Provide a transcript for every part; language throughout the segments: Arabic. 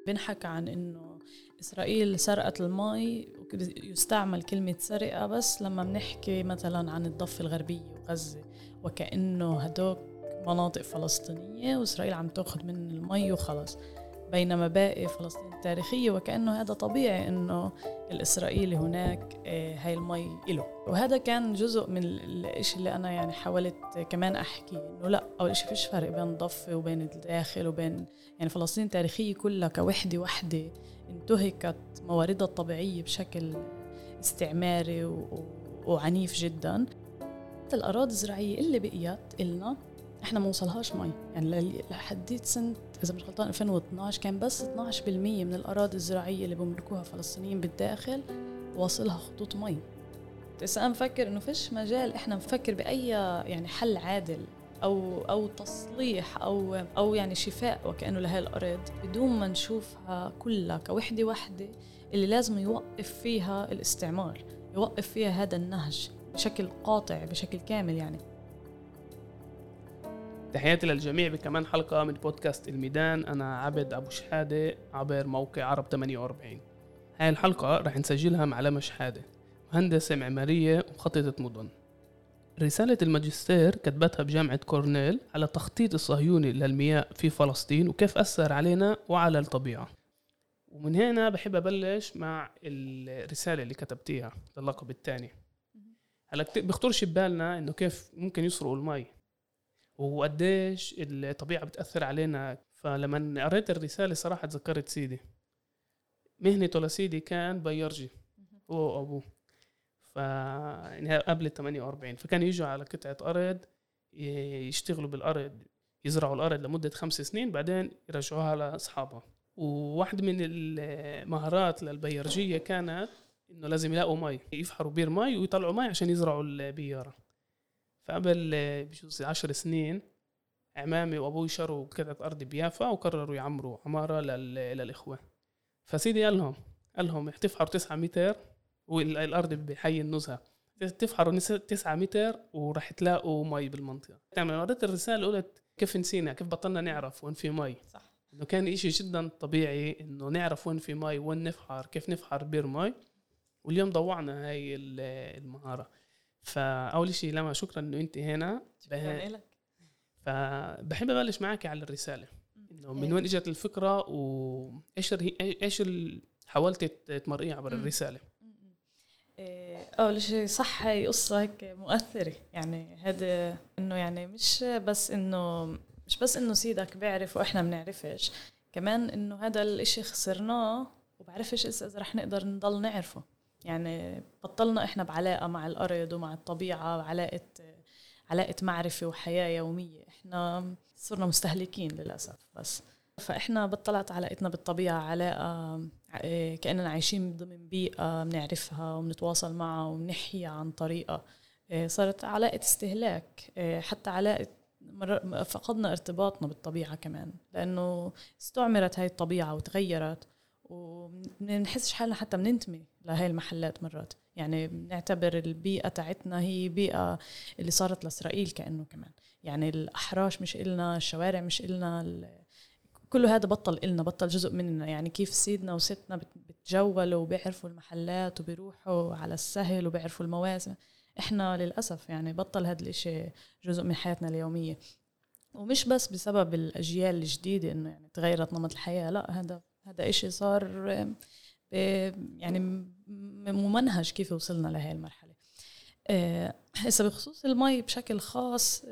بنحكى عن إنه إسرائيل سرقت المي، ويستعمل كلمة سرقة بس لما بنحكي مثلا عن الضفة الغربية وغزة، وكأنه هدوك مناطق فلسطينية وإسرائيل عم تأخذ من المي وخلص، بينما باقي فلسطين التاريخية وكأنه هذا طبيعي إنه الإسرائيلي هناك هاي المي إله. وهذا كان جزء من الإشي اللي أنا يعني حاولت كمان أحكي إنه لا، أول إشي فيش فرق بين الضفة وبين الداخل وبين يعني فلسطين التاريخية كلها كوحدة انتهكت مواردها الطبيعية بشكل استعماري وعنيف جدا. الأراضي الزراعية اللي بقيت إلنا إحنا ما وصلهاش مي، يعني لحديت سنة إذا مش غلطان 2012 كان بس 12% من الأراضي الزراعية اللي بملكوها فلسطينيين بالداخل واصلها خطوط مي. بس أنا مفكر إنه فيش مجال إحنا نفكر بأي يعني حل عادل أو تصليح أو يعني شفاء وكأنه لهي الأرض بدون ما نشوفها كلها كوحدة اللي لازم يوقف فيها الاستعمار، يوقف فيها هذا النهج بشكل قاطع بشكل كامل. يعني تحياتي للجميع بكمان حلقة من بودكاست الميدان. أنا عبد أبو شحادة عبر موقع عرب 48. هاي الحلقة رح نسجلها مع لما شحادة، مهندسة معمارية ومخططة مدن. رسالة الماجستير كتبتها بجامعة كورنيل على التخطيط الصهيوني للمياه في فلسطين وكيف أثر علينا وعلى الطبيعة. ومن هنا بحب أبلش مع الرسالة اللي كتبتيها للقب الثاني. هلا بيخطرش ببالنا إنه كيف ممكن يسرقوا المي وقديش الطبيعة بتأثر علينا. فلما قريت الرسالة صراحة تذكرت سيدي، مهنته لسيدي كان بيرجي هو وأبوه، يعني قبل 48. فكان يجوا على قطعة أرض يشتغلوا بالأرض، يزرعوا الأرض لمدة 5 سنين بعدين يرجعوها لأصحابها. وواحد من المهارات للبيرجية كانت إنه لازم يلاقوا مي، يفحروا بير مي ويطلعوا مي عشان يزرعوا البيارة. فقبل بجوز 10 سنين عمامي وأبوي شروا قطعة أرض بيافا وقرروا يعمروا عمارة للإخوة. فسيدي قال لهم تفحروا 9 متر والأرض بحي النزهة، تفحروا 9 متر ورح تلاقوا مي بالمنطقة. يعني قرأت الرسالة قلت كيف نسينا، كيف بطلنا نعرف وين في مي. صح. إنه كان إشي جدا طبيعي إنه نعرف وين في مي وين نفحر، كيف نفحر بير مي. واليوم ضوعنا هاي المهارة. فأول شيء لما شكرا إنه أنت هنا. شكرا لك. فبحب أبلش معك على الرسالة، إنه من وين إجت الفكرة وإيش حاولت تمرقيه عبر الرسالة. أول شيء صح، هي قصة هيك مؤثرة. يعني هذا إنه يعني مش بس إنه سيدك بيعرف وإحنا بنعرفش، كمان إنه هذا الإشي خسرناه وبعرفش إذا رح نقدر نضل نعرفه. يعني بطلنا إحنا بعلاقة مع الأرض ومع الطبيعة، علاقة معرفة وحياة يومية. إحنا صرنا مستهلكين للأسف. بس فإحنا بطلت علاقتنا بالطبيعة علاقة كأننا عايشين ضمن بيئة بنعرفها وبنتواصل معها وبنحيا عن طريقة. صارت علاقة استهلاك، حتى علاقة فقدنا ارتباطنا بالطبيعة كمان، لأنه استعمرت هاي الطبيعة وتغيرت، ومنحسش حالنا حتى بننتمي لهاي المحلات مرات. يعني بنعتبر البيئة تاعتنا هي بيئة اللي صارت لإسرائيل كأنه كمان. يعني الأحراش مش إلنا، الشوارع مش إلنا، كل هذا بطل جزء مننا. يعني كيف سيدنا وستنا بتجولوا وبيعرفوا المحلات وبيروحوا على السهل وبيعرفوا المواسم، إحنا للأسف يعني بطل هذا الإشي جزء من حياتنا اليومية. ومش بس بسبب الأجيال الجديدة إنه يعني تغيرت نمط الحياة، لا، هذا إشي صار يعني ممنهج كيف وصلنا لهي المرحلة. هسه بخصوص المي بشكل خاص،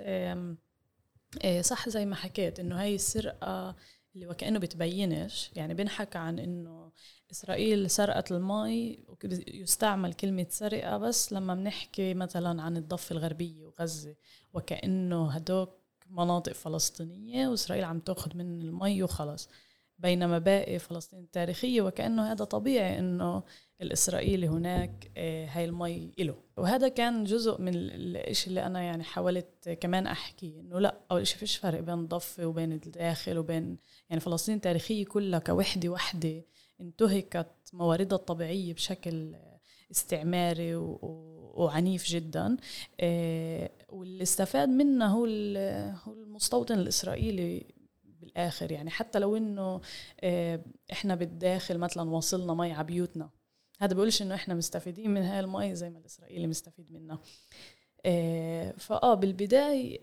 صح زي ما حكيت إنه هاي السرقة اللي وكأنه بتبينش. يعني بنحكى عن إنه إسرائيل سرقت المي، ويستعمل كلمة سرقة بس لما بنحكي مثلا عن الضفة الغربية وغزة، وكأنه هدوك مناطق فلسطينية وإسرائيل عم تأخذ من المي وخلص، بينما باقي فلسطين التاريخية وكأنه هذا طبيعي إنه الإسرائيلي هناك هاي المي إله. وهذا كان جزء من الإشي اللي أنا يعني حاولت كمان أحكي، إنه لا، أول إشي فيش فرق بين الضفة وبين الداخل وبين يعني فلسطين التاريخية كلها كوحدة انتهكت مواردها الطبيعية بشكل استعماري وعنيف جدا. واللي استفاد منه هو المستوطن الإسرائيلي بالآخر. يعني حتى لو إنه إحنا بالداخل مثلا وصلنا مي على بيوتنا، هذا بقولش إنه إحنا مستفيدين من هاي المي زي ما الإسرائيلي مستفيد منها. بالبداية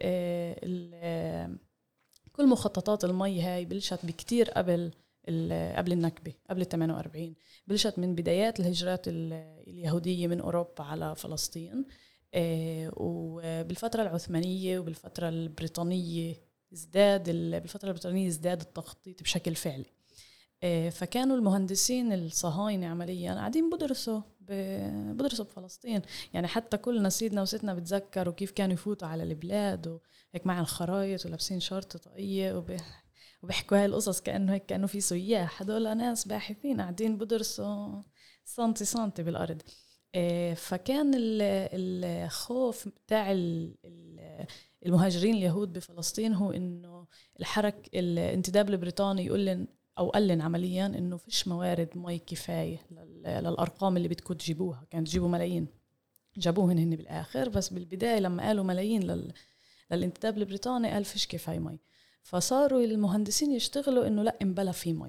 كل مخططات المي هاي بلشت بكتير قبل النكبة، قبل 48. بلشت من بدايات الهجرات اليهودية من أوروبا على فلسطين، وبالفترة العثمانية وبالفترة البريطانية بالفترة البريطانية ازداد التخطيط بشكل فعلي. فكانوا المهندسين الصهاينة عمليا قاعدين بدرسوا بفلسطين. يعني حتى كلنا سيدنا وستنا بتذكروا كيف كانوا يفوتوا على البلاد وهيك مع الخرايط ولابسين شرطة طاقية وبيحكوا هاي القصص كأنه هيك كأنه في سياح. هدول ناس باحثين قاعدين بدرسوا سنتي بالأرض. فكان الخوف بتاع المهاجرين اليهود بفلسطين هو إنه الانتداب البريطاني قال عمليا إنه فيش موارد مي كفاية للأرقام اللي بدكم تجيبوها. كانت تجيبوا ملايين، جابوهن هن بالآخر، بس بالبداية لما قالوا ملايين للانتداب البريطاني قال فيش كفاية مي. فصاروا المهندسين يشتغلوا إنه لا إنبلا في مي،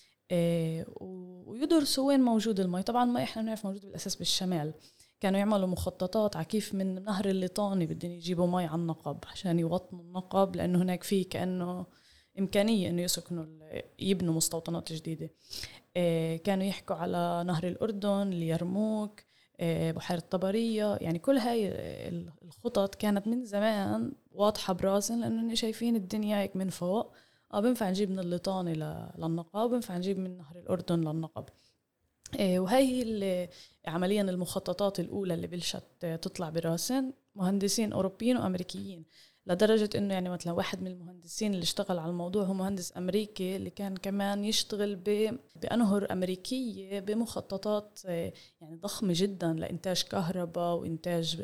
ويدرسوا وين موجود المي. طبعا ما إحنا نعرف موجود بالأساس بالشمال. كانوا يعملوا مخططات عكيف من نهر الليطاني بدهم يجيبوا مي على النقب عشان يوطنوا النقب، لأنه هناك فيه كأنه إمكانية إنه يبنوا مستوطنات جديدة. كانوا يحكوا على نهر الأردن، اليرموك، بحيرة طبرية. يعني كل هاي الخطط كانت من زمان واضحة براسن، لأنه شايفين الدنيا هيك من فوق. بنفع نجيب من الليطاني للنقب، بنفع نجيب من نهر الأردن للنقب. وهي هي عمليا المخططات الأولى اللي بلشت تطلع براسن مهندسين أوروبيين وأمريكيين، لدرجة إنه يعني مثلا واحد من المهندسين اللي اشتغل على الموضوع هو مهندس أمريكي اللي كان كمان يشتغل بأنهر أمريكية بمخططات يعني ضخمة جدا لإنتاج كهرباء وإنتاج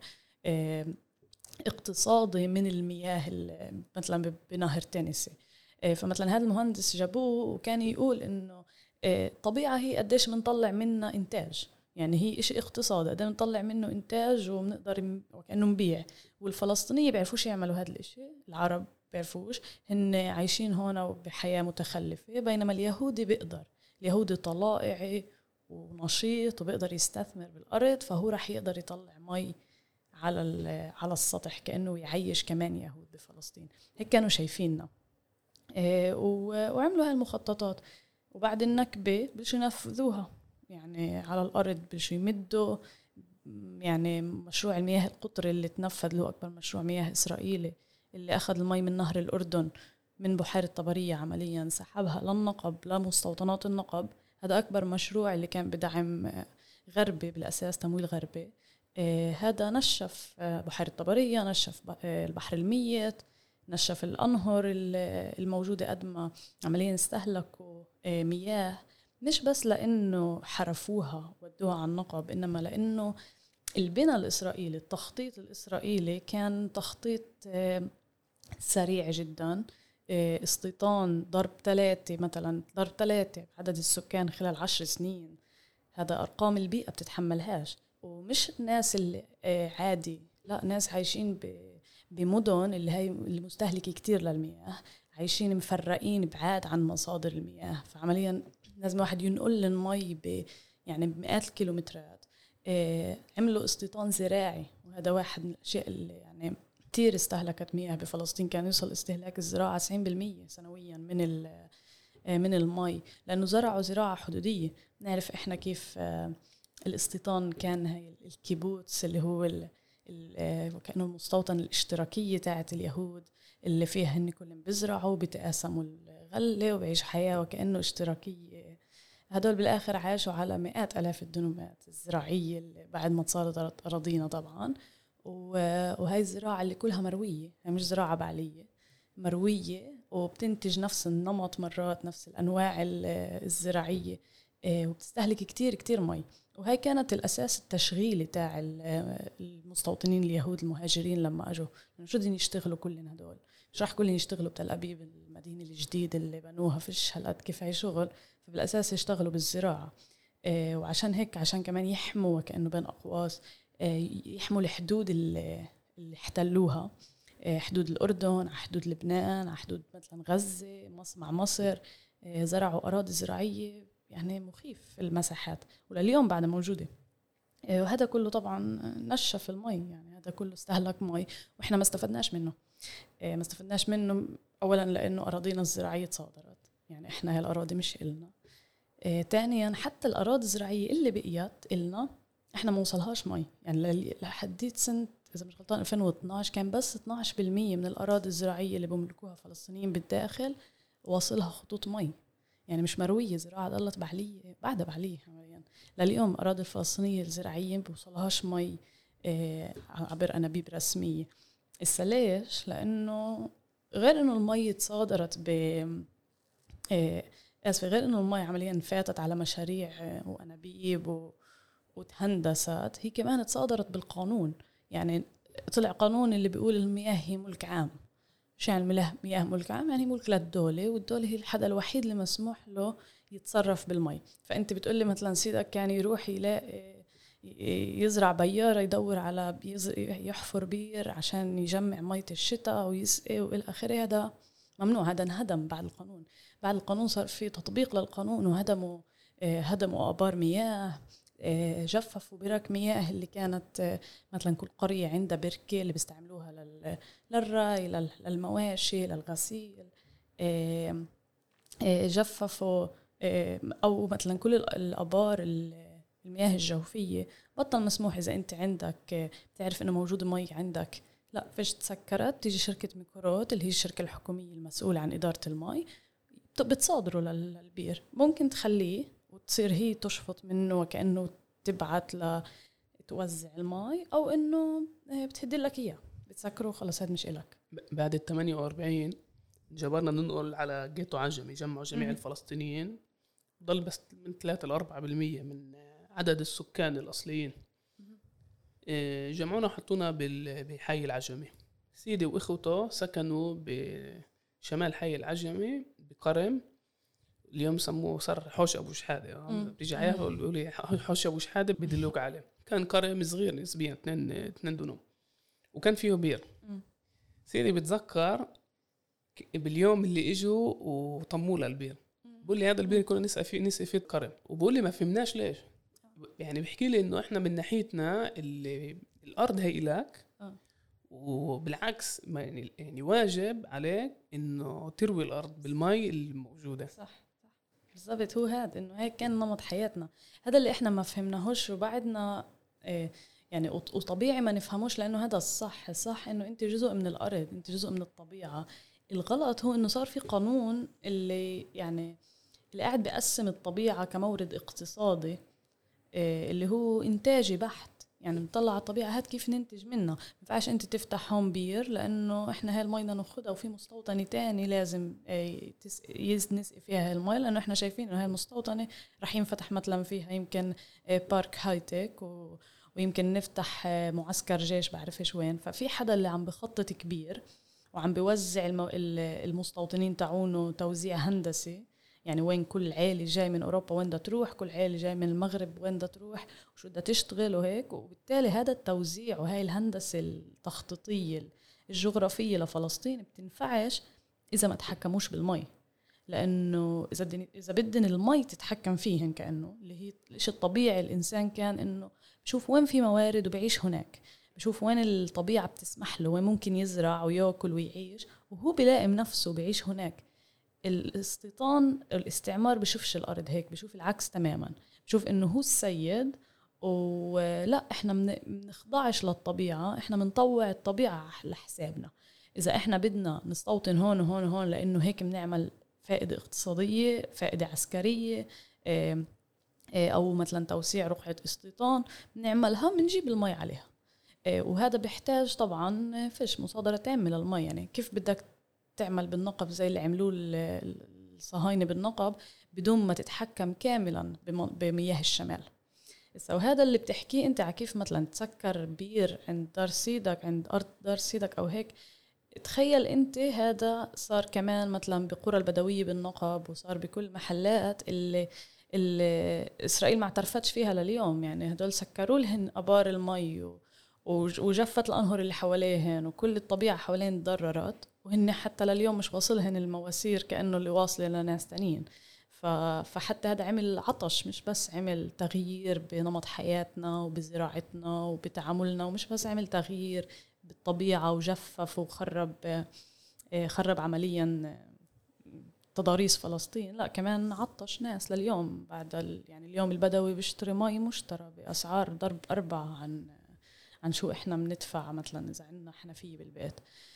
اقتصادي من المياه مثلا بنهر تينيسي. فمثلا هذا المهندس جابوه وكان يقول إنه طبيعة هي قديش منطلع منها إنتاج. يعني هي إشي اقتصادي قديش منطلع منه إنتاج وبنقدر وكأنه نبيع. والفلسطينية بيعرفوش يعملوا هذا الإشي، العرب بيعرفوش، هن عايشين هنا بحياة متخلفة. بينما اليهودي بيقدر، اليهودي طلائعي ونشيط وبيقدر يستثمر بالأرض، فهو رح يقدر يطلع مي على السطح كأنه يعيش كمان يهود بفلسطين. هيك كانوا شايفيننا. وعملوا هاي المخططات. وبعد النكبة بلشوا ينفذوها يعني على الأرض. بلشوا يمدوا يعني مشروع المياه القطري اللي تنفذ له أكبر مشروع مياه إسرائيلي، اللي أخذ المي من نهر الأردن من بحيرة طبرية عمليا سحبها للنقب، لمستوطنات النقب. هذا أكبر مشروع اللي كان بدعم غربي بالأساس، تمويل غربي. هذا نشف بحيرة طبرية، نشف البحر الميت، نشف الأنهر الموجودة قد ما عمليا استهلكوا مياه، مش بس لأنه حرفوها ودوها على النقب، إنما لأنه البناء الإسرائيلي، التخطيط الإسرائيلي كان تخطيط سريع جدا. استيطان ضرب 3 مثلا، ضرب 3 عدد السكان خلال 10 سنين. هذا أرقام البيئة بتتحملهاش. ومش ناس اللي عادي، لا، ناس عايشين بمدن اللي هي المستهلكة كتير للمياه، عايشين مفرقين بعاد عن مصادر المياه. فعمليا لازم واحد ينقل المي يعني بمئات الكيلومترات. عملوا استيطان زراعي، وهذا واحد من الأشياء اللي يعني كتير استهلكت مياه بفلسطين. كان يوصل استهلاك الزراعة 90% سنويا من المي، لأنه زرعوا زراعة حدودية. نعرف إحنا كيف الاستيطان كان هاي الكيبوتس اللي هو وكأنه المستوطن الاشتراكية تاعت اليهود اللي فيها هن كلهم بيزرعوا بتقاسموا الغلة وبيعيشوا حياة وكأنه اشتراكية. هدول بالآخر عاشوا على مئات آلاف الدنومات الزراعية اللي بعد ما صارت أراضينا طبعا. وهي الزراعة اللي كلها مروية، يعني مش زراعة بعلية، مروية، وبتنتج نفس النمط مرات، نفس الأنواع الزراعية، وبتستهلك كتير كتير مي. وهي كانت الأساس التشغيلي تاع المستوطنين اليهود المهاجرين لما أجوا. شو بدهم يشتغلوا كلهم هدول؟ مش راح كلهم يشتغلوا بتل أبيب المدينة الجديدة اللي بنوها فيش هالقد كفاية شغل، فبالأساس يشتغلوا بالزراعة. وعشان هيك، عشان كمان يحموا كأنه بين أقواس، يحموا الحدود اللي احتلوها. حدود الأردن، على حدود لبنان، على حدود مثلا غزة، مع مصر. زرعوا أراضي زراعية يعني مخيف في المساحات، ولليوم بعد موجودة. وهذا كله طبعا نشف المي، يعني هذا كله استهلك مي وإحنا ما استفدناش منه. ما استفدناش منه أولا لأنه أراضينا الزراعية تصادرت، يعني إحنا هالأراضي مش إلنا. ثانيا حتى الأراضي الزراعية اللي بقيت إلنا إحنا ما وصلهاش مي، يعني لحديت سنة إذا مش غلطان 2012 كان بس 12% من الأراضي الزراعية اللي بملكوها فلسطينيين بالداخل واصلها خطوط مي، يعني مش مروية زراعة ضلت بعلية بعدها بعلية عمليا. لليوم أراضي الفلسطينية الزراعية بوصلهاش مي عبر أنابيب رسمية. ليش؟ لأنه غير إنه المي تصادرت غير إنه المي عمليا فاتت على مشاريع وأنابيب وتهندست، هي كمان تصادرت بالقانون. يعني طلع قانون اللي بيقول المياه هي ملك عام. شو يعني مياه ملك عام؟ يعني ملك للدولة، والدولة هي الحدا الوحيد اللي مسموح له يتصرف بالمي. فأنت بتقولي مثلا سيدك كان يروح يلاقي يزرع بيارة، يدور على يحفر بير عشان يجمع مية الشتاء ويسقي وإلى آخره، هذا ممنوع، هذا انهدم بعد القانون. بعد القانون صار في تطبيق للقانون وهدموا آبار مياه، جففوا برك مياه اللي كانت مثلا كل قرية عندها بركة اللي بيستعملوها للري، للمواشي، للغسيل. جففوا أو مثلا كل الآبار المياه الجوفية بطل مسموح. إذا أنت عندك بتعرف إنه موجود مي عندك، لا فيش تسكرت، تيجي شركة ميكوروت اللي هي الشركة الحكومية المسؤولة عن إدارة المي بتصادره للبير. ممكن تخليه وتصير هي تشفط منه وكأنه تبعت توزع المي، أو إنه بتهدي لك إياه بتسكره خلص هذا مش إلك. بعد 48 جبرنا ننقل على جيتو عجمي، جمعوا جميع الفلسطينيين، ضل بس من 3-4% من عدد السكان الأصليين. جمعونا وحطونا بحي العجمي. سيدي وإخوته سكنوا بشمال حي العجمي بقرم، اليوم سموه صار حوش أبو شحادة. بيجي يقولوا لي حوش أبو شحادة بدلوك عليه. كان قرم صغير نسبيا 2 دنوم، وكان فيه بير. سيدي بتذكر باليوم اللي اجوا وطموا له البير، بقول لي هذا البير كنا نسقي فيه قرم، وبقول لي ما فهمناش ليش. يعني بحكي لي انه احنا من ناحيتنا الارض هي لك، وبالعكس يعني واجب عليك انه تروي الارض بالماء الموجوده. صح بالضبط، هو هذا انه هيك كان نمط حياتنا. هذا اللي احنا ما فهمناهوش وبعدنا يعني وطبيعي ما نفهموش، لانه هذا الصح انه انت جزء من الارض، انت جزء من الطبيعه. الغلط هو انه صار في قانون اللي قاعد بيقسم الطبيعه كمورد اقتصادي، اللي هو انتاجي بحت. يعني نطلع على الطبيعه هاد كيف ننتج منها. ما ينفعش انت تفتح هون بير لانه احنا هاي المي بدنا ناخذها وفي مستوطنه تاني لازم نسقي فيها هاي المي، لانه احنا شايفين انه هاي المستوطنه رح ينفتح مثلا فيها يمكن بارك هايتك ويمكن نفتح معسكر جيش بعرفش وين. ففي حدا اللي عم بخطط كبير وعم بيوزع المستوطنين تاعونه توزيع هندسي، يعني وين كل عائلة جاي من أوروبا وين بدها تروح، كل عائلة جاي من المغرب وين بدها تروح وشو بدها تشتغل وهيك. وبالتالي هذا التوزيع وهاي الهندسة التخطيطية الجغرافية لفلسطين بتنفعش إذا ما تحكموش بالمي، لأنه إذا بدن المي تتحكم فيهن، كأنه اللي هي الشيء الطبيعي الإنسان كان إنه بشوف وين في موارد وبيعيش هناك، بشوف وين الطبيعة بتسمح له، وين ممكن يزرع ويأكل ويعيش، وهو بيلائم نفسه بيعيش هناك. الاستعمار بشوفش الأرض هيك، بشوف العكس تماما، بشوف إنه هو السيد ولا إحنا منخضعش للطبيعة، إحنا منطوع الطبيعة لحسابنا. إذا إحنا بدنا نستوطن هون وهون وهون لأنه هيك بنعمل فائدة اقتصادية، فائدة عسكرية، أو مثلا توسيع رقعة استيطان، بنعملها بنجيب المي عليها. وهذا بيحتاج طبعا فيش مصادرة تامة للمي. يعني كيف بدك تعمل بالنقب زي اللي عملوه الصهاينة بالنقب بدون ما تتحكم كاملا بمياه الشمال؟ وهذا اللي بتحكيه انت على كيف مثلا تسكر بير عند دار سيدك، عند أرض دار سيدك أو هيك. تخيل انت هذا صار كمان مثلا بقرى البدوية بالنقب، وصار بكل محلات اللي إسرائيل ما اعترفتش فيها لليوم. يعني هدول سكروا لهن أبار المي وجفت الأنهر اللي حواليهن وكل الطبيعة حوالين تضررت، وهن حتى لليوم مش واصلهن المواسير كأنه اللي واصله لناس تانيين. فحتى هذا عمل عطش، مش بس عمل تغيير بنمط حياتنا وبزراعتنا وبتعاملنا، ومش بس عمل تغيير بالطبيعة وجفف خرب عمليا تضاريس فلسطين، لا كمان عطش ناس لليوم. بعد يعني اليوم البدوي بيشتري مي مشترى بأسعار ضرب 4 عن شو احنا بندفع مثلا إذا عندنا حنفية بالبيت.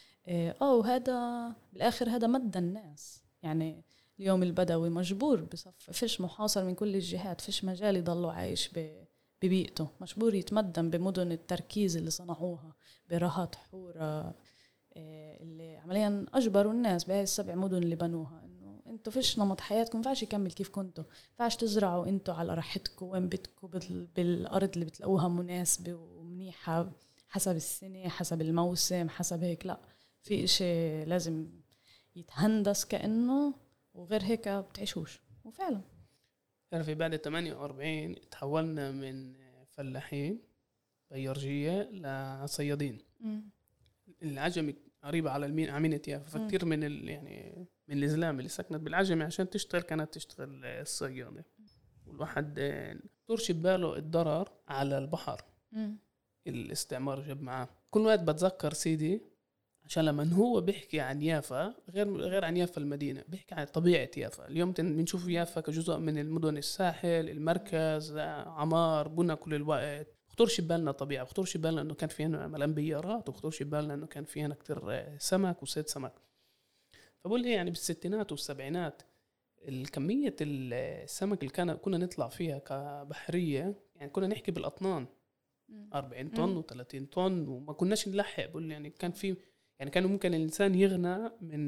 وهذا بالآخر هذا مدى الناس. يعني اليوم البدوي مجبور بصف، فيش محاصر من كل الجهات، فيش مجال يضلوا عايش ببيئته، مجبور يتمدن بمدن التركيز اللي صنعوها برهط حورة، اللي عمليا أجبروا الناس بهاي ال7 مدن اللي بنوها إنه أنتوا فيش نمط حياتكم، فاش يكمل كيف كنتوا، فاش تزرعوا أنتوا على راحتكم وين بدكم بالأرض اللي بتلاقوها مناسبة ومنيحة حسب السنة حسب الموسم حسب هيك. لا، في إشي لازم يتهندس كأنه، وغير هيك بتعيشوش. وفعلا في بعد 48 تحولنا من فلاحين بيرجية لصيادين. العجمي قريبة على عمينة يافا، فكتير من يعني من الإسلام اللي سكنت بالعجمي عشان تشتغل كانت تشتغل الصيادة. والواحد ترشي بباله الضرر على البحر. الاستعمار جاب معاه كل وقت. بتذكر سيدي عشان لما هو بيحكي عن يافا غير عن يافا المدينة، بيحكي عن طبيعة يافا. اليوم بنشوف يافا كجزء من المدن الساحل، المركز، عمار، بنا كل الوقت. خطورش بالنا طبيعة، خطورش بالنا انه كان فيها ملان بيارات، وخطورش بالنا انه كان فيها كتير سمك وصيد سمك. فبقول لي يعني بالستينات والسبعينات الكمية السمك اللي كنا نطلع فيها كبحرية، يعني كنا نحكي بالأطنان 40 طن و30 طن، وما كناش نلحق. بقول لي يعني كان ممكن الإنسان يغنى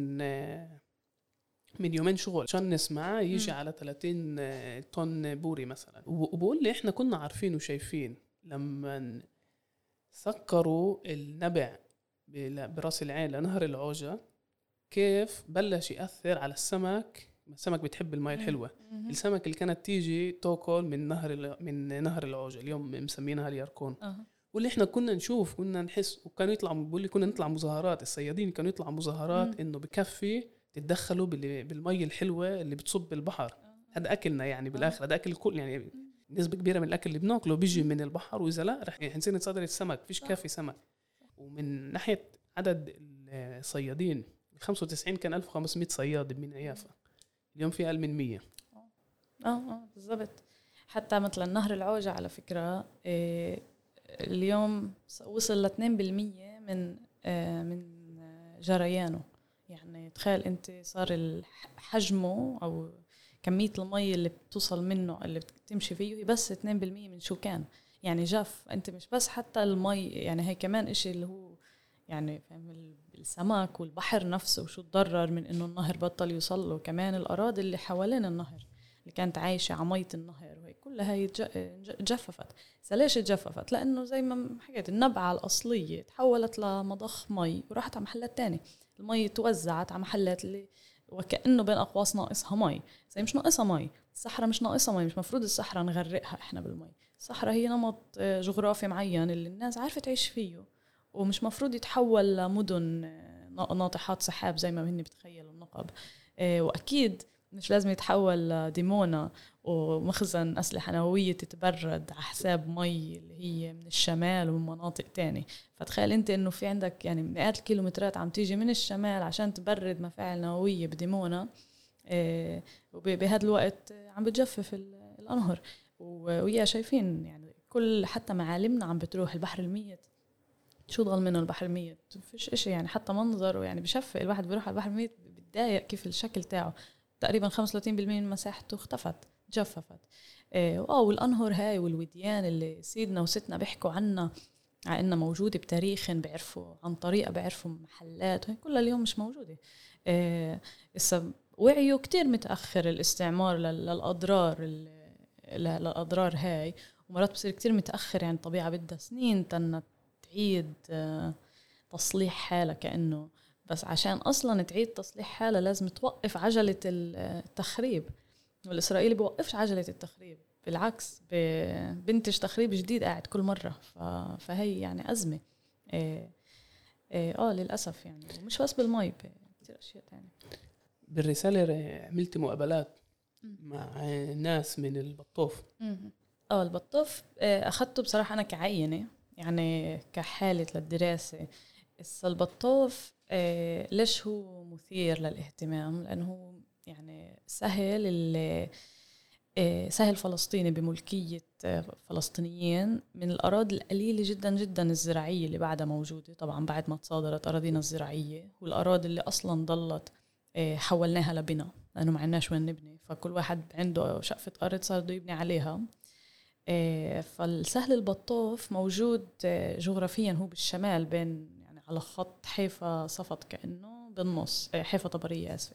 من يومين شغل عشان نسمعه يجي على 30 طن بوري مثلا. وبقول لي احنا كنا عارفين وشايفين لما سكروا النبع براس العين لنهر العوجة كيف بلش يأثر على السمك. السمك بتحب الماء الحلوة. السمك اللي كانت تيجي توكل من نهر العوجة اليوم مسمينها اليركون. واللي احنا كنا نشوف كنا نحس، وكانوا يطلعوا بيقول لي كنا نطلع مظاهرات، الصيادين كانوا يطلعوا مظاهرات انه بكفي تتدخلوا بالمي الحلوة اللي بتصب بالبحر. هذا أكلنا يعني بالآخر، هذا أكل كل يعني نسبة كبيرة من الأكل اللي بناكله بيجي من البحر، وإذا لا رح نصير نتصدر السمك، فيش كافي سمك. ومن ناحية عدد الصيادين 95 كان 1500 صياد بميناء يافا، اليوم في أقل من 100. بالضبط. حتى مثلا نهر العوجة على فكرة اليوم وصل ل 2% من جريانه. يعني تخيل انت صار حجمه او كمية المي اللي بتوصل منه اللي بتمشي فيه هي بس 2% من شو كان. يعني جاف انت مش بس حتى المي، يعني هي كمان اشي اللي هو يعني فهم السمك والبحر نفسه وشو تضرر من انه النهر بطل يوصل له. كمان الاراضي اللي حوالين النهر اللي كانت عايشة عمية النهر وهي كلها هي جففت. ليش تجففت؟ لانه زي ما حكيت النبعة الاصلية تحولت لمضخ مي وراحت على محلات تاني. المي توزعت على محلات اللي وكأنه بين أقواس ناقصها مي. زي مش ناقصها مي، الصحراء مش ناقصها مي، مش مفروض الصحراء نغرقها إحنا بالمي. الصحراء هي نمط جغرافي معين اللي الناس عارفة تعيش فيه، ومش مفروض يتحول لمدن ناطحات سحاب زي ما هن بتخيلوا النقب. وأكيد مش لازم يتحول لديمونا ومخزن أسلحة نووية تتبرد على حساب مي اللي هي من الشمال ومن مناطق تاني. فتخيل انت انه في عندك يعني مئات الكيلومترات عم تيجي من الشمال عشان تبرد مفاعل نووية بديمونا، وبهذا الوقت عم بتجفف الأنهر. ويا شايفين يعني كل حتى معالمنا عم بتروح. البحر الميت شو ضل منه؟ البحر الميت فيش اشي يعني، حتى منظره يعني بشفق. الواحد بيروح على البحر الميت بتضايق كيف الشكل تاعه. تقريبا 35% من مساحته اختفت، جففت. والأنهر هاي والوديان اللي سيدنا وستنا بيحكوا عنها على إنها موجودة بتاريخ، بيعرفوا عن طريقة، بيعرفوا محلات، وهي كلها اليوم مش موجودة. وعيوا كتير متأخر الاستعمار للأضرار هاي، ومرات بصير كتير متأخر. يعني الطبيعة بدها سنين تنت تعيد تصليح حالة كأنه، بس عشان أصلا تعيد تصليح حالة لازم توقف عجلة التخريب. والإسرائيلي بوقفش عجلة التخريب، بالعكس بنتج تخريب جديد قاعد كل مرة. فهي يعني أزمة. للأسف يعني، ومش بس بالمي، كتير أشياء تانية. بالرسالة عملت مقابلات مع ناس من البطوف. البطوف أخذته بصراحة أنا كعينة، يعني كحالة للدراسة. البطوف ليش هو مثير للاهتمام؟ لأنه يعني سهل فلسطيني بملكية فلسطينيين من الأراضي القليلة جدا جدا الزراعية اللي بعدها موجودة طبعا بعد ما تصادرت أراضينا الزراعية، والأراضي اللي أصلا ضلت حولناها لبناء لأنه ما عندناش وين نبني، فكل واحد عنده شقفة أرض صار بده يبني عليها. فالسهل البطوف موجود جغرافيا، هو بالشمال بين يعني على خط حيفا صفد كأنه بالنص، حيفا طبرية آسفة.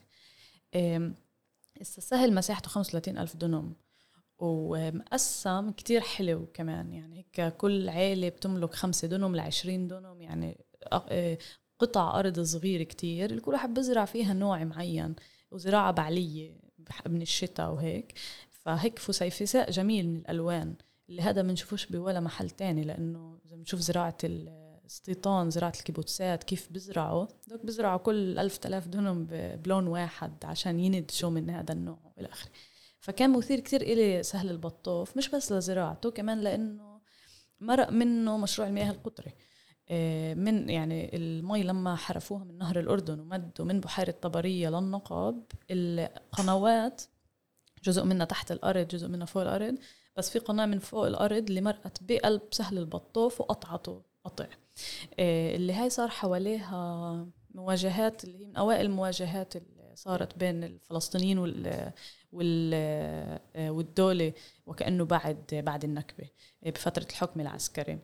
السهل مساحته 35,000 دونم، ومقسم كتير حلو كمان، يعني هيك كل عائلة بتملك 5 دونم ل20 دونم، يعني قطع أرض صغيرة كتير كل واحد بزرع فيها نوع معين، وزراعة بعلية من الشتاء وهيك. فهيك فسيفساء جميل من الألوان اللي هذا منشوفوش بولا محل تاني، لأنه إذا بنشوف زراعة السطيطان، زراعة الكيبوتسات كيف بزرعوا كل 1000 دونم بلون واحد عشان ينتجوا من هذا النوع إلى آخره. فكان مثير كتير إلي سهل البطوف، مش بس لزراعته كمان لأنه مرق منه مشروع المياه القطري. من يعني المي لما حرفوها من نهر الأردن ومدوا من بحيرة طبرية للنقب، القنوات جزء منها تحت الأرض جزء منها فوق الأرض، بس في قناة من فوق الأرض اللي مرقت بقلب سهل البطوف وقطعته قطع، اللي هاي صار حواليها مواجهات، اللي هي من أوائل المواجهات اللي صارت بين الفلسطينيين والدولة، وكأنه بعد النكبة بفترة الحكم العسكري.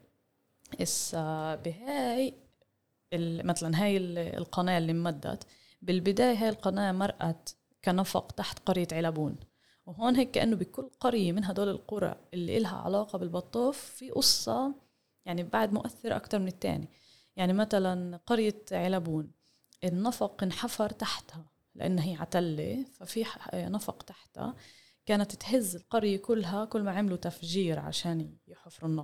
بهاي مثلا هاي القناة اللي مدت بالبداية، هاي القناة مرقت كنفق تحت قرية علبون، وهون هيك كأنه بكل قرية من هدول القرى اللي إلها علاقة بالبطوف في قصة يعني بعد مؤثرة أكتر من التاني. يعني مثلا قرية علبون النفق انحفر تحتها لأنها هي عتلة، ففي نفق تحتها كانت تهز القرية كلها كل ما عملوا تفجير عشان يحفروا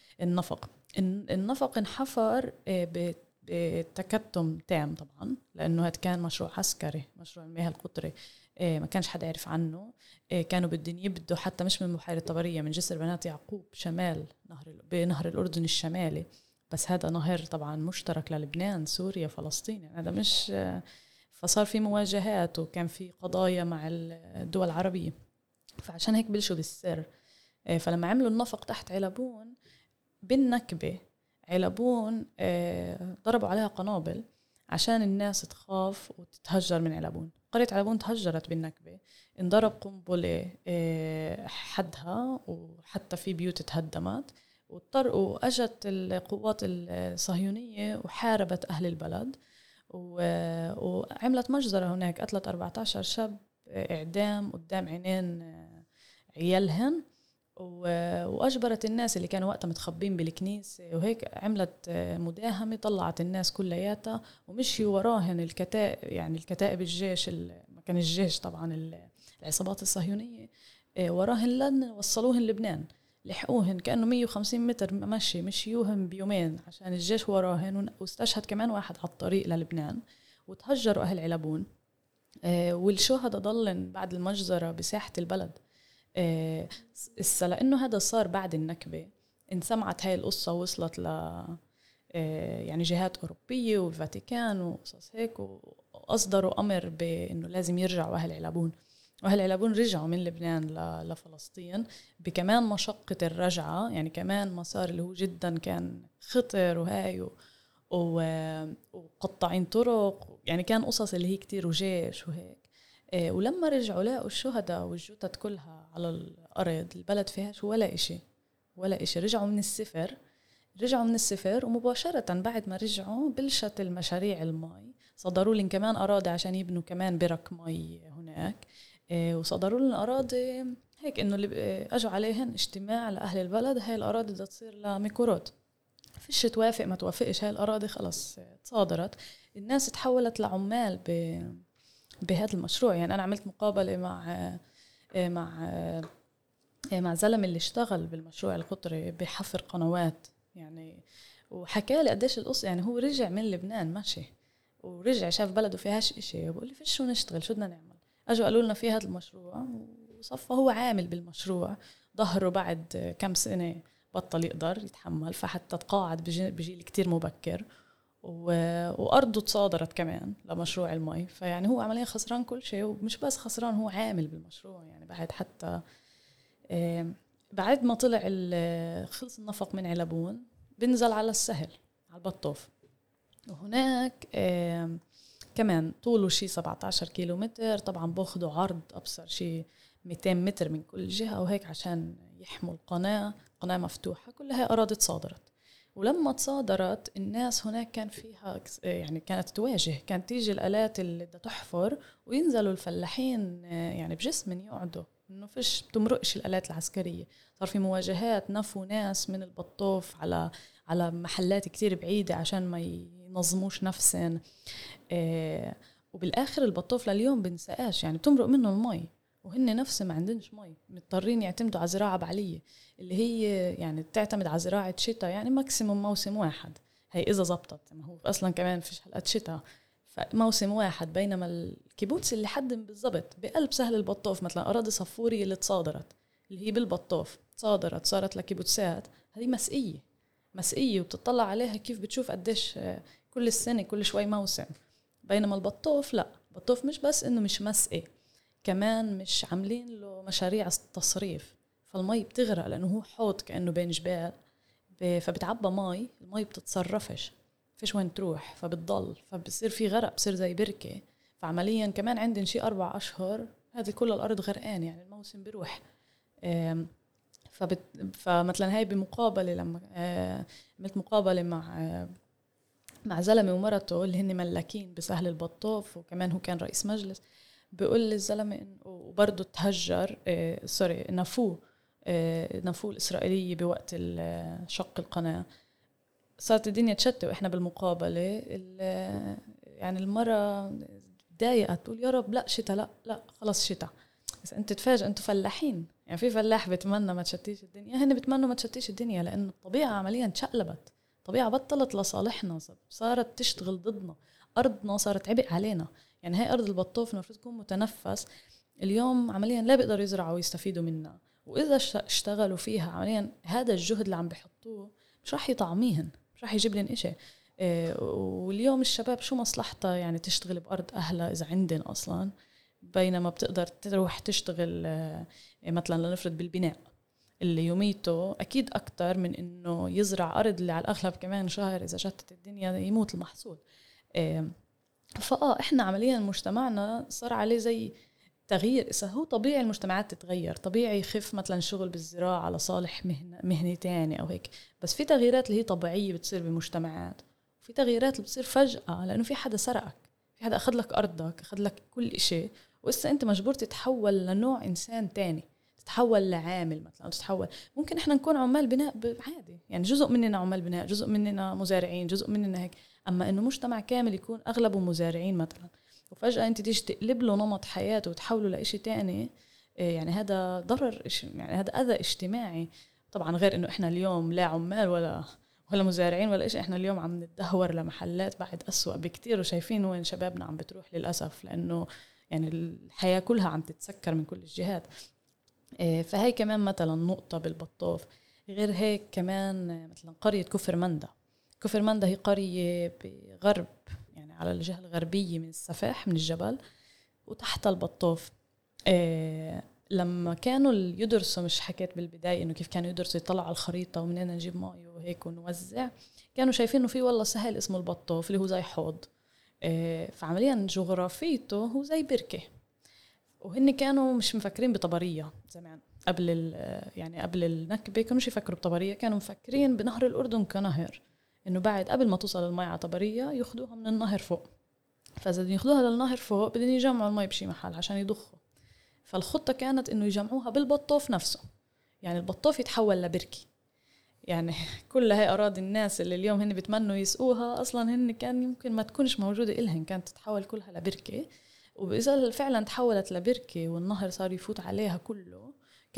النفق انحفر بتكتم تام طبعا، لأنه هذا كان مشروع عسكري، مشروع المياه القطري، ما كانش حدا يعرف عنه. كانوا بدهم يبدوا حتى مش من بحيرة طبرية، من جسر بنات يعقوب شمال بنهر الأردن الشمالي، بس هذا نهر طبعا مشترك للبنان سوريا فلسطين، يعني هذا مش. فصار في مواجهات وكان في قضايا مع الدول العربية، فعشان هيك بلشوا بالسر. فلما عملوا النفق تحت علبون بالنكبة، علبون ضربوا عليها قنابل عشان الناس تخاف وتتهجر من علبون. قرية علبون تهجرت بالنكبة، انضرب قنبلة حدها، وحتى في بيوت تهدمت، وأجت القوات الصهيونية وحاربت أهل البلد، وعملت مجزرة هناك، قتلت 14 شاب إعدام قدام عينين عيالهن، وأجبرت الناس اللي كانوا وقتها متخبين بالكنيسة وهيك، عملت مداهمة، طلعت الناس كلياتها ومشيوا وراهن الكتائب، يعني الكتائب الجيش، ما كان الجيش طبعا، العصابات الصهيونية وراهن لن وصلوهن لبنان، لحقوهن كأنه 150 متر مشيوهن بيومين عشان الجيش وراهن، واستشهد كمان واحد على الطريق للبنان، وتهجروا أهل علبون. والشهداء ضلن بعد المجزرة بساحة البلد. لأنه هذا صار بعد النكبة، انسمعت هاي القصة وصلت يعني جهات أوروبية والفاتيكان وقصص هيك، وأصدروا أمر بأنه لازم يرجعوا أهل علبون، وأهل علبون رجعوا من لبنان لفلسطين بكمان مشقة الرجعة، يعني كمان مسار اللي هو جدا كان خطر وهاي وقطعين طرق، يعني كان قصص اللي هي كتير وجيش وهيك. ولما رجعوا لقوا الشهداء والجثث كلها على الأرض، البلد فيهاش ولا إشي. رجعوا من الصفر ومباشرة بعد ما رجعوا بلشت المشاريع المي، صدروا لهم كمان أراضي عشان يبنوا كمان برك مي هناك، وصدروا لهم أراضي هيك إنه اللي أجوا عليهن اجتماع لأهل البلد، هاي الأراضي بدها تصير لميكورات، فيش توافق ما توافقش، هاي الأراضي خلص تصادرت. الناس تحولت لعمال بهذا المشروع. يعني أنا عملت مقابلة مع مع زلمة اللي اشتغل بالمشروع القطري بحفر قنوات يعني، وحكى لي قديش القصة. يعني هو رجع من لبنان ماشي، ورجع شاف بلده فيهاش إشي، وبقول لي فيش شو نشتغل، شو بدنا نعمل. أجوا قالوا لنا في هذا المشروع، وصفى هو عامل بالمشروع. ظهره بعد كم سنة بطل يقدر يتحمل، فحتى تقاعد بجيل كتير مبكر، وأرضه تصادرت كمان لمشروع المي. فيعني هو عمليا خسران كل شيء، ومش بس خسران، هو عامل بالمشروع. يعني بعد حتى بعد ما طلع خلص النفق من علبون، بنزل على السهل على البطوف، وهناك كمان طوله شي 17 كيلومتر. طبعا باخدوا عرض أبصر شي 200 متر من كل جهة وهيك، عشان يحموا القناة مفتوحة. كلها أراضي تصادرت. ولما تصادرت الناس هناك كان فيها يعني كانت تواجه، كانت تيجي الآلات اللي بدها تحفر، وينزلوا الفلاحين يعني بجسم يقعدوا، إنه فيش بتمرقش الآلات العسكرية. صار في مواجهات، نفوا ناس من البطوف على محلات كتير بعيدة عشان ما ينظموش نفسهم. وبالآخر البطوف لليوم بنسقاش، يعني بتمرق منه المي، وهن نفسه ما عندنش مي، مضطرين يعتمدوا على زراعة بعلية، اللي هي يعني تعتمد على زراعة شتاء، يعني ماكسيموم موسم واحد. هي إذا زبطت، ما هو أصلا كمان فيش حلقات شتاء، فموسم واحد. بينما الكيبوتس اللي حد بالضبط بقلب سهل البطوف، مثلا أراضي صفوري اللي تصادرت، اللي هي بالبطوف تصادرت صارت لكيبوتسات، هذه مسئية وبتطلع عليها كيف بتشوف قديش كل السنة كل شوي موسم. بينما البطوف لا، البطوف مش بس إنه مش مسئي، كمان مش عاملين له مشاريع تصريف، فالمي بتغرق لأنه هو حوض كأنه بين جبال، فبتعبى مي، المي بتتصرفش، فيش وين تروح، فبتضل، فبصير في غرق، بصير زي بركة. فعمليا كمان عندنا شي 4 أشهر هذه كل الأرض غرقان، يعني الموسم بيروح. فمثلا هاي بمقابلة لما عملت مقابلة مع زلمة ومرته اللي هن ملاكين بسهل البطوف، وكمان هو كان رئيس مجلس، بيقول لي الزلمة وبرضه تهجر نفوه الإسرائيلية بوقت شق القناة. صارت الدنيا تشتت وإحنا بالمقابلة. يعني المرة ضايقت تقول يا رب لا شتاء، لا خلص شتاء. بس أنت تفاجئ، أنتوا فلاحين، يعني في فلاح بتمنى ما تشتيش الدنيا، هن بتمنوا ما تشتيش الدنيا، لأن الطبيعة عمليا تشقلبت، الطبيعة بطلت لصالحنا، صارت تشتغل ضدنا، أرضنا صارت عبء علينا. يعني هاي أرض البطوف المفروض تكون متنفس، اليوم عمليا لا بيقدروا يزرعوا ويستفيدوا منها، وإذا اشتغلوا فيها عمليا هذا الجهد اللي عم بيحطوه مش راح يطعميهن، مش راح يجيب لهم إشي. واليوم الشباب شو مصلحتها يعني تشتغل بأرض أهلها إذا عندن أصلا، بينما بتقدر تروح تشتغل مثلا لنفرض بالبناء اللي يوميته أكيد أكتر من إنه يزرع أرض اللي على الأغلب كمان شهر إذا شتت الدنيا يموت المحصول. إحنا عمليا مجتمعنا صار عليه زي تغيير. إذا هو طبيعي المجتمعات تتغير، طبيعي يخف مثلا شغل بالزراعة على صالح مهنة تانية أو هيك، بس في تغييرات اللي هي طبيعية بتصير بمجتمعات، وفي تغييرات اللي بتصير فجأة لأنه في حدا سرقك، في حدا أخذ لك أرضك، أخذ لك كل إشي، وإسا أنت مجبور تتحول لنوع إنسان تاني، تتحول لعامل مثلا، تتحول. ممكن إحنا نكون عمال بناء عادي، يعني جزء مننا عمال بناء، جزء مننا مزارعين، جزء مننا هيك، أما إنه مجتمع كامل يكون أغلبه مزارعين مثلا، وفجأة أنت تيجي تقلب له نمط حياته وتحوله لإشي تاني، يعني هذا ضرر، يعني هذا أذى اجتماعي. طبعا غير إنه إحنا اليوم لا عمال ولا مزارعين ولا إشي، إحنا اليوم عم نتدهور لمحلات بعد أسوأ بكتير، وشايفين وين شبابنا عم بتروح للأسف، لأنه يعني الحياة كلها عم تتسكر من كل الجهات. فهي كمان مثلا نقطة بالبطوف. غير هيك كمان مثلا قرية كفر مندة هي قرية بغرب، يعني على الجهة الغربية من السفاح من الجبل وتحت البطوف. لما كانوا يدرسوا، مش حكيت بالبداية إنه كيف كانوا يدرسوا يطلعوا على الخريطة ومنين نجيب ماء وهيك ونوزع، كانوا شايفين إنه في والله سهل اسمه البطوف اللي هو زي حوض، فعمليا جغرافيته هو زي بركة، وهن كانوا مش مفكرين بطبرية زمان قبل النكبة، كانوا يفكروا بطبرية، كانوا مفكرين بنهر الأردن كنهر، إنه بعد قبل ما توصل الماء على طبرية ياخدوها من النهر فوق، فإذا ياخدوها للنهر فوق بدهم يجمعوا الماء بشي محل عشان يضخوا. فالخطة كانت إنه يجمعوها بالبطوف نفسه، يعني البطوف يتحول لبركة. يعني كل هاي أراضي الناس اللي اليوم هن بتمنوا يسقوها أصلا هن كان يمكن ما تكونش موجودة إلهن، كانت تتحول كلها لبركة. وإذا فعلا تحولت لبركة والنهر صار يفوت عليها كله، كانت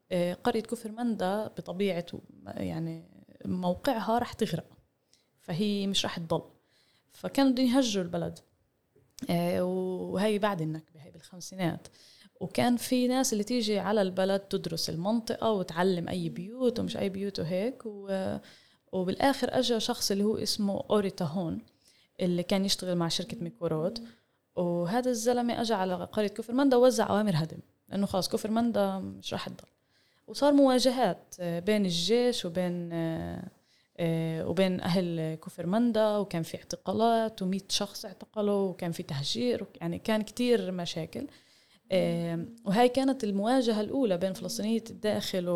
قرية كفر مندا بطبيعة يعني موقعها رح تغرق، فهي مش رح تضل، فكانوا بدهم يهجروا البلد. وهي بعد النكبة، هي بالخمسينات. وكان في ناس اللي تيجي على البلد تدرس المنطقة وتعلم أي بيوت ومش أي بيوت وهيك. وبالآخر أجا شخص اللي هو اسمه أوريتا هون، اللي كان يشتغل مع شركة ميكورود. وهذا الزلمة أجا على قرية كفر مندا ووزع أوامر هدم، لأنه خلاص كفر مندا مش راح تضل. وصار مواجهات بين الجيش وبين أهل كفر مندا، وكان في اعتقالات و100 شخص اعتقلوا، وكان في تهجير، يعني كان كتير مشاكل. وهي كانت المواجهة الأولى بين فلسطينية الداخل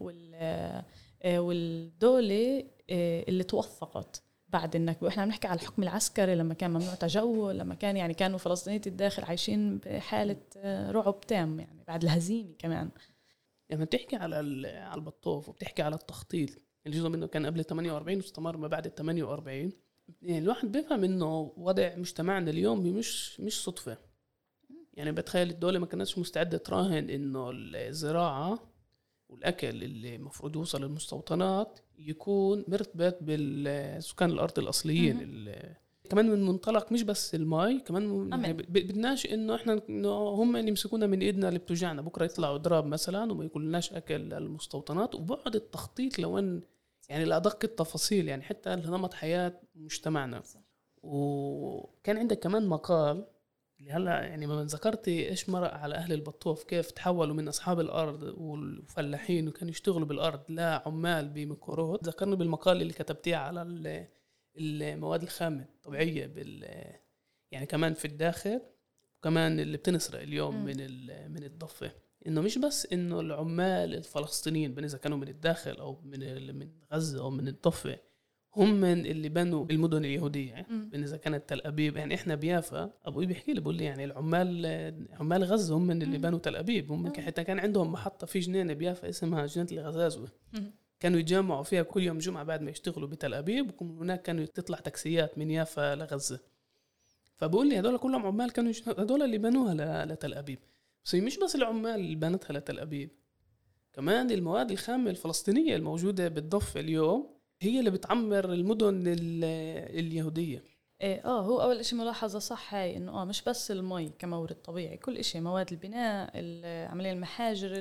والدولة اللي توثقت بعد النكبة. وإحنا بنحكي على الحكم العسكري لما كان ممنوع تجول، لما كان يعني كانوا فلسطينية الداخل عايشين بحالة رعب تام يعني بعد الهزيمة كمان. يعني بتحكي على البطوف وبتحكي على التخطيط، الجزء منه كان قبل 48 واستمر ما بعد 48. يعني الواحد بيفهم انه وضع مجتمعنا اليوم مش صدفة. يعني بتخيل الدولة ما كانتش مستعدة تراهن انه الزراعة والاكل اللي مفروض يوصل للمستوطنات يكون مرتبط بالسكان الارض الاصليين. كمان من منطلق مش بس الماي، كمان يعني بدناش انه احنا انه هم اللي يمسكونا من ايدنا اللي بتوجعنا، بكره يطلعوا ضراب مثلا وما يكونلناش اكل للمستوطنات. وبعد التخطيط لوين يعني لأدق التفاصيل، يعني حتى نمط حياة مجتمعنا. وكان عندك كمان مقال اللي هلا يعني ما ذكرتي ايش مرق على اهل البطوف، كيف تحولوا من اصحاب الارض والفلاحين وكانوا يشتغلوا بالارض لعمال بميكورود. ذكرني بالمقال اللي كتبتيه على المواد الخام الطبيعية يعني كمان في الداخل، وكمان اللي بتنسرق اليوم من الضفة. إنه مش بس إنه العمال الفلسطينيين إذا كانوا من الداخل أو من غزة أو من الضفة هم من اللي بنوا المدن اليهودية. إذا كانت تل أبيب، يعني إحنا بيافا أبوي بيحكي لي بقول لي يعني عمال غزة هم من اللي بنوا تل أبيب. هم حتى كان عندهم محطة في جنينة بيافا اسمها جنينة الغزازوة، كانوا يتجمعوا فيها كل يوم جمعة بعد ما يشتغلوا بتل أبيب، وكم هناك كانوا تطلع تاكسيات من يافا لغزة. فبقول لي هذول كلهم عمال كانوا هذول اللي بنوها لتل أبيب. بس مش بس العمال اللي بنتها لتل أبيب، كمان المواد الخام الفلسطينية الموجودة بالضفة اليوم هي اللي بتعمر المدن اليهودية. هو أول إشي ملاحظة صح هاي إنه مش بس المي كمورد طبيعي، كل إشي، مواد البناء، عملية المحاجر،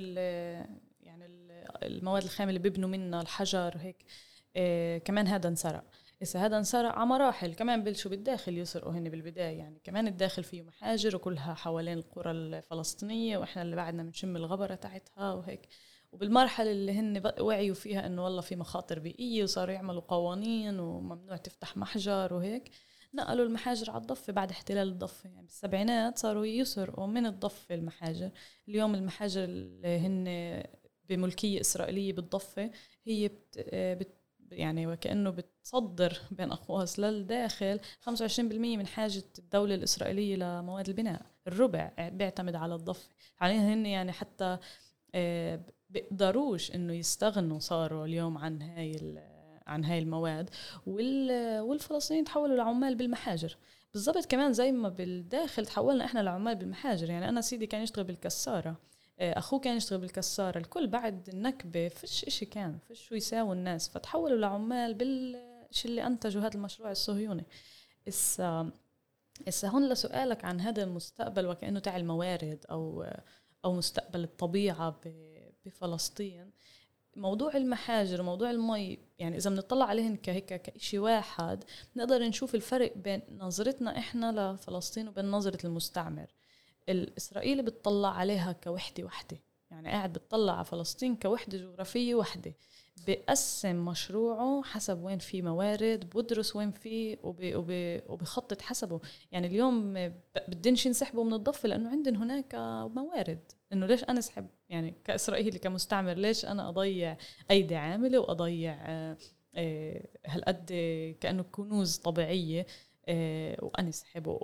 المواد الخام اللي بيبنوا منها، الحجر هيك. كمان هذا انسرق. هذا انسرق على مراحل. كمان بلشوا بالداخل يسرقوا هن بالبداية، يعني كمان الداخل فيه محاجر وكلها حوالين القرى الفلسطينية، وإحنا اللي بعدنا بنشم الغبرة تاعتها وهيك. وبالمرحلة اللي هن وعيوا فيها إنه والله في مخاطر بيئية وصاروا يعملوا قوانين وممنوع تفتح محجر وهيك، نقلوا المحاجر على الضفة بعد احتلال الضفة. يعني بالسبعينات صاروا يسرقوا من الضفة المحاجر. اليوم المحاجر اللي هن بملكية إسرائيلية بالضفة هي يعني وكأنه بتصدر بين أقواس للداخل 25% من حاجة الدولة الإسرائيلية لمواد البناء. الربع بيعتمد على الضفة. هن يعني حتى بيقدروش إنه يستغنوا صاروا اليوم عن هاي المواد. والفلسطينيين تحولوا لعمال بالمحاجر بالضبط. كمان زي ما بالداخل تحولنا إحنا لعمال بالمحاجر. يعني أنا سيدي كان يشتغل بالكسارة، أخوه كان يشتغل بالكسارة، الكل بعد النكبة فيش إشي، كان فيش شو يساوي الناس، فتحولوا لعمال بالشي اللي أنتجوا هذا المشروع الصهيوني. إسا هون لسؤالك عن هذا المستقبل وكأنه تاع الموارد أو مستقبل الطبيعة بفلسطين، موضوع المحاجر وموضوع المي، يعني إذا بنطلع عليهن كإشي واحد نقدر نشوف الفرق بين نظرتنا إحنا لفلسطين وبين نظرة المستعمر. الإسرائيلي بتطلع عليها كوحدة واحدة، يعني قاعد بتطلع على فلسطين كوحدة جغرافية واحدة، بقسم مشروعه حسب وين في موارد، بدرس وين فيه وبخطط حسبه. يعني اليوم بدنش ينسحبوا من الضفة لأنه عندنا هناك موارد. إنه ليش أنا أسحب يعني كإسرائيلي كمستعمر، ليش أنا أضيع أيدي عاملة وأضيع هالقد كأنه كنوز طبيعية وأنا أسحبه.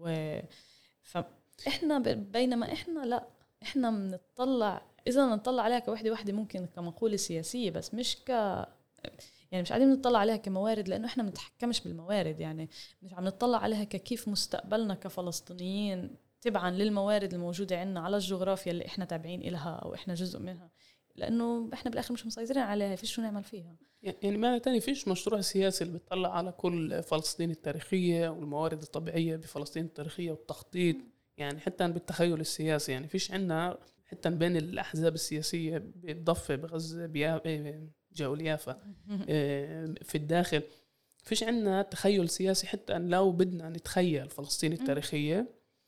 فإحنا بينما إحنا لا، إحنا بنطلع، إذا نطلع عليها كوحدة واحدة ممكن كمقولة سياسية، بس مش يعني مش قاعدين نطلع عليها كموارد، لأنه إحنا منتحكمش بالموارد. يعني مش عم نطلع عليها كيف مستقبلنا كفلسطينيين تبعا للموارد الموجودة عندنا على الجغرافيا اللي إحنا تابعين إلها أو إحنا جزء منها. لانه احنا بالاخر مش مسيطرين عليها، فيش شو نعمل فيها. يعني ما تاني فيش مشروع سياسي اللي بيطلع على كل فلسطين التاريخية والموارد الطبيعية بفلسطين التاريخية والتخطيط، يعني حتى بالتخيل السياسي. يعني فيش عنا حتى بين الأحزاب السياسية بالضفة بغزة جاول يافا في الداخل فيش عنا تخيل سياسي. حتى أن لو بدنا نتخيل فلسطين التاريخية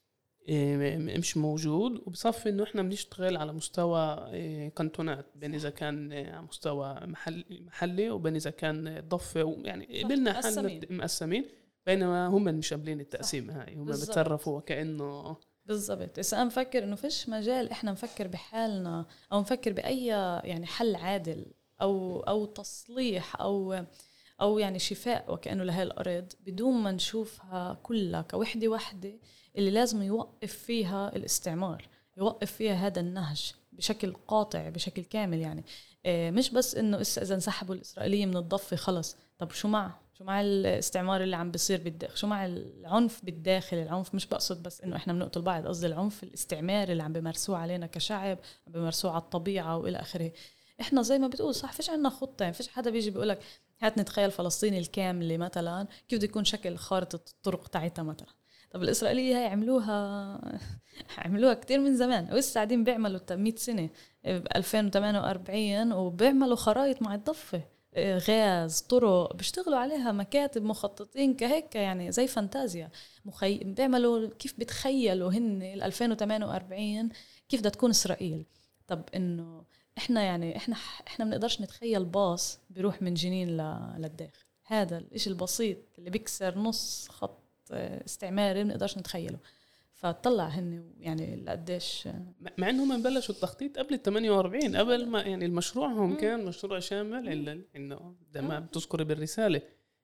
مش موجود. وبصفي انه احنا بنشتغل على مستوى كانتونات، بين اذا كان على مستوى محلي وبين اذا كان ضفه، يعني قبلنا حالنا مقسمين، بينما هم مش قابلين التقسيم هاي، هم بتصرفوا وكأنه بالضبط. إذا أنا مفكر إنه فيش مجال إحنا نفكر بحالنا أو نفكر بأي يعني حل عادل أو تصليح أو يعني شفاء وكأنه لهي الأرض بدون ما نشوفها كلها كوحدة واحدة اللي لازم يوقف فيها الاستعمار، يوقف فيها هذا النهج بشكل قاطع بشكل كامل. يعني مش بس إنه إذا انسحبوا الإسرائيليين من الضفة خلص، طب شو مع الاستعمار اللي عم بيصير بالداخل؟ شو مع العنف بالداخل؟ العنف مش بقصد بس إنه إحنا بنقتل بعض، قصدي العنف الاستعماري اللي عم بيمارسوه علينا كشعب، عم بيمارسوه على الطبيعة وإلى آخره. إحنا زي ما بتقول صح، فيش عنا خطة، يعني فيش حدا بيجي بيقولك هات نتخيل فلسطين الكاملة مثلا كيف بده يكون شكل خارطة الطرق تاعتها مثلا. طب الإسرائيلية هاي عملوها كتير من زمان، ولسه قاعدين بيعملوا 100 سنة 2048 وبيعملوا خرائط مع الضفة، غاز، طرق، بيشتغلوا عليها مكاتب مخططين كهيك، يعني زي فانتازيا بيعملوا كيف بتخيلوا هن 2048 كيف بدها تكون إسرائيل. طب إنه احنا بنقدرش نتخيل باص بيروح من جنين للداخل، هذا الاشي البسيط اللي بيكسر نص خط استعماري بنقدرش نتخيله. فطلع هن يعني قديش، مع انهم بلشوا التخطيط قبل 48 قبل ما يعني المشروعهم كان مشروع شامل، انه ما بتذكر بالرساله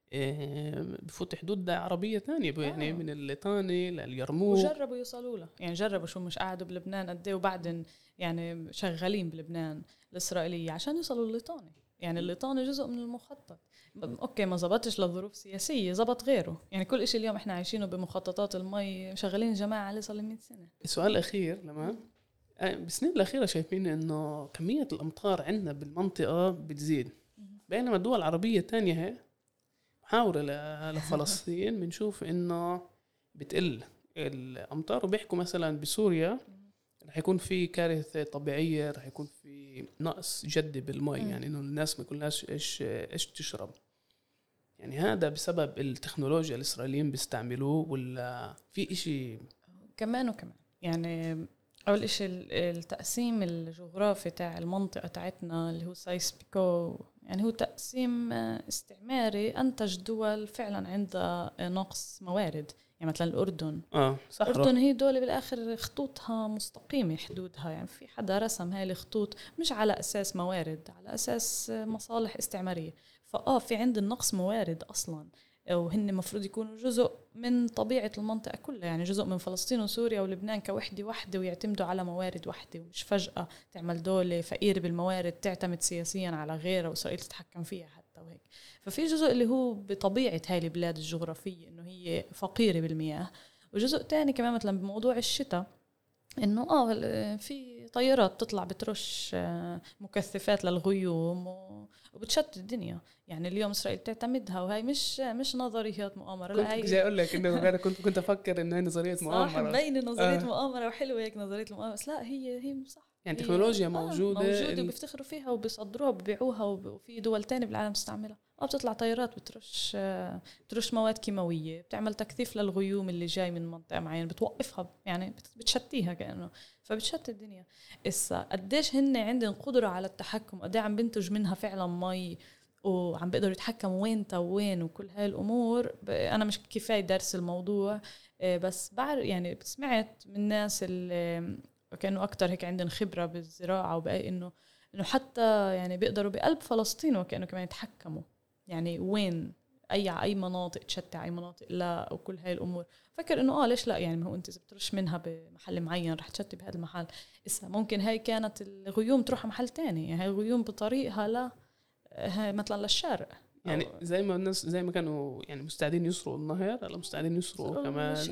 بفوت حدود عربيه ثانيه يعني من الليطاني لليرموك، وجربوا يوصلوا له. يعني جربوا، شو مش قعدوا بلبنان قد ايه وبعدين يعني شغالين بلبنان الإسرائيلية عشان يوصلوا الليطاني. يعني الليطاني جزء من المخطط، اوكي ما زبطش لظروف سياسيه، زبط غيره. يعني كل إشي اليوم احنا عايشينه بمخططات المي شغالين جماعه عليه صار 100 سنه. السؤال الاخير لما بالسنين الاخيره شايفين انه كميه الامطار عندنا بالمنطقه بتزيد، بينما الدول العربيه الثانيه هي محاوره لفلسطين بنشوف انه بتقل الامطار. وبيحكوا مثلا بسوريا رح يكون في كارثة طبيعية، رح يكون في نقص جدي بالماء، يعني إنه الناس ما كلهاش إيش تشرب. يعني هذا بسبب التكنولوجيا الإسرائيليين بيستعملوه ولا في إشي كمان يعني أول إشي التقسيم الجغرافي تاع المنطقة تاعتنا اللي هو سايسبيكو، يعني هو تقسيم استعماري أنتج دول فعلا عندها نقص موارد. يعني مثلا الأردن الأردن هي دولة بالآخر خطوطها مستقيمة حدودها، يعني في حدا رسم هاي الخطوط مش على أساس موارد، على أساس مصالح استعمارية. في عند النقص موارد أصلا، وهن مفروض يكونوا جزء من طبيعة المنطقة كلها، يعني جزء من فلسطين وسوريا ولبنان كوحدة واحدة، ويعتمدوا على موارد واحدة، ومش فجأة تعمل دولة فقيرة بالموارد تعتمد سياسيا على غيرها وإسرائيل تتحكم فيها حتى وهيك. ففي جزء اللي هو بطبيعة هاي البلاد الجغرافية إنه هي فقيرة بالمياه، وجزء تاني كمان مثلا بموضوع الشتاء إنه في طيارات تطلع بترش مكثفات للغيوم وبتشتت الدنيا. يعني اليوم إسرائيل تعتمدها، وهي مش نظريات مؤامرة. لا، كنت جاي أقول لك إنه كنت أفكر إنه هي نظرية مؤامرة، بين نظرية مؤامرة وحلوة هيك نظرية المؤامرة، بس لا هي صح. يعني تكنولوجيا موجودة وبيفتخروا فيها وبيصدروها وبيبيعوها، وفي دول تاني بالعالم تستعملها. بتطلع طيارات بترش مواد كيماوية، بتعمل تكثيف للغيوم اللي جاي من منطقة معينة، بتوقفها، يعني بتشتيها كأنه، فبتشتت الدنيا. قديش هن عندهم قدرة على التحكم، قديش عم بنتج منها فعلا مي، وعم بيقدروا يتحكموا وين وكل هاي الأمور. أنا مش كفاية درس الموضوع، بس بعرف يعني سمعت من ناس اللي كانوا أكتر هيك عندهم خبرة بالزراعة وبقى إنه حتى يعني بيقدروا بقلب فلسطين وكأنه كمان يتحكموا، يعني وين أي مناطق تشتي أي مناطق لا، وكل هاي الأمور. فكر إنه ليش لا، يعني ما هو أنت إذا بترش منها بمحل معين رح تشتي بهذا المحل. ممكن هاي كانت الغيوم تروح محل تاني، يعني هاي الغيوم بطريقها لا مثلا للشارع. يعني زي ما الناس زي ما كانوا يعني مستعدين يسرقوا النهر، ولا مستعدين يسرقوا كمان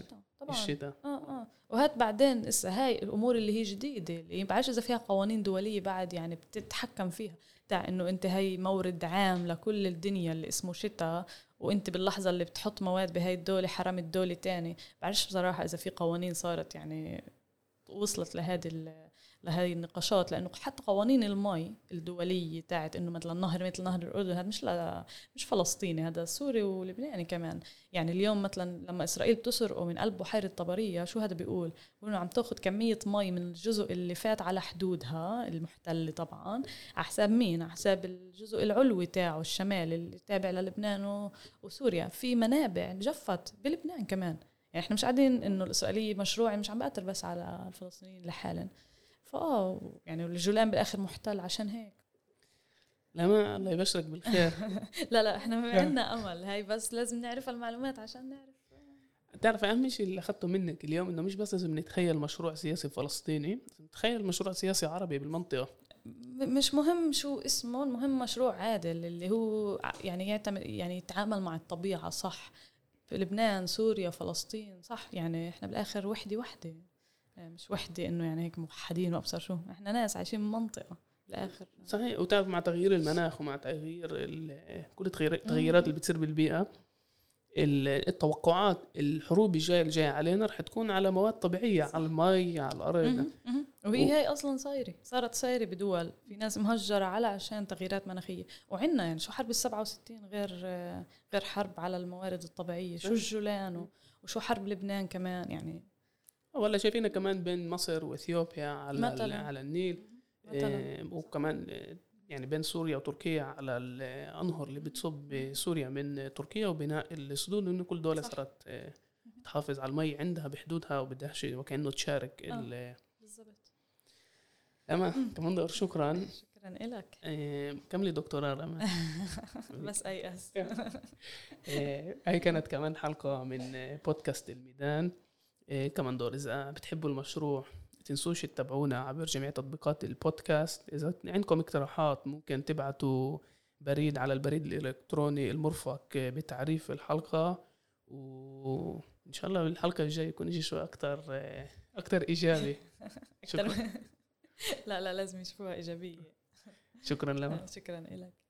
الشتاء. وهات بعدين هاي الامور اللي هي جديده اللي بعرفش اذا فيها قوانين دوليه بعد يعني بتتحكم فيها، تاع انه انت هاي مورد عام لكل الدنيا اللي اسمه شتاء، وانت باللحظه اللي بتحط مواد بهاي الدوله حرام الدوله تاني. بعرفش بصراحه اذا في قوانين صارت يعني وصلت لهذه النقاشات، لانه حتى قوانين المي الدوليه تاعت انه مثلا نهر مثل نهر الاردن هذا مش فلسطيني، هذا سوري ولبناني كمان. يعني اليوم مثلا لما اسرائيل بتسرقه من قلب بحيره طبريه، شو هذا بيقول انه عم تاخذ كميه مي من الجزء اللي فات على حدودها المحتله طبعا، على حساب مين؟ على حساب الجزء العلوي تاعه الشمال اللي تابع للبنان وسوريا. في منابع جفت بلبنان كمان. يعني احنا مش قاعدين انه الاسرائيلي مشروعي مش عم بأثر بس على الفلسطينيين لحالا، يعني الجولان بالاخر محتل عشان هيك. لا ما الله يبشرك بالخير. لا احنا ما عندنا امل، هاي بس لازم نعرف المعلومات عشان نعرف. تعرف اهم شيء اللي اخذته منك اليوم انه مش بس لازم نتخيل مشروع سياسي فلسطيني، نتخيل مشروع سياسي عربي بالمنطقه. مش مهم شو اسمه، المهم مشروع عادل اللي هو يعني يعتمد يعني يتعامل مع الطبيعه صح في لبنان سوريا فلسطين صح. يعني احنا بالاخر وحده يعني مش وحده انه يعني هيك موحدين وابصر شو، احنا ناس عايشين بمنطقه بالاخر. صحيح. وتعرف مع تغيير المناخ ومع تغيير كل التغييرات اللي بتصير بالبيئه، التوقعات الحروب الجايه اللي جايه علينا رح تكون على مواد طبيعيه صح. على المي على الارض. وهي هاي اصلا صارت صايره بدول في ناس مهجره على عشان تغييرات مناخيه. وعندنا يعني شو حرب ال67 غير حرب على الموارد الطبيعيه، شو الجولان وشو حرب لبنان كمان. يعني ولا شايفينها كمان بين مصر واثيوبيا على النيل وكمان يعني بين سوريا وتركيا على الأنهر اللي بتصب سوريا من تركيا، وبناء السدود إنه كل دولة صارت تحافظ على المي عندها بحدودها وبدهاش وكأنه تشارك بالضبط. أما كمان شكرا لك. كملي دكتوراه رما. بس أيأس. هاي كانت كمان حلقة من بودكاست الميدان. كمان دور إذا بتحبوا المشروع تنسوش تتابعونا عبر جميع تطبيقات البودكاست. إذا عندكم اقتراحات ممكن تبعتوا بريد على البريد الإلكتروني المرفق بتعريف الحلقة، وإن شاء الله الحلقة الجاية يكون يجي شو أكتر إيجابي. لا لازم يشوفوها إيجابية. شكرا لك. شكرا لك.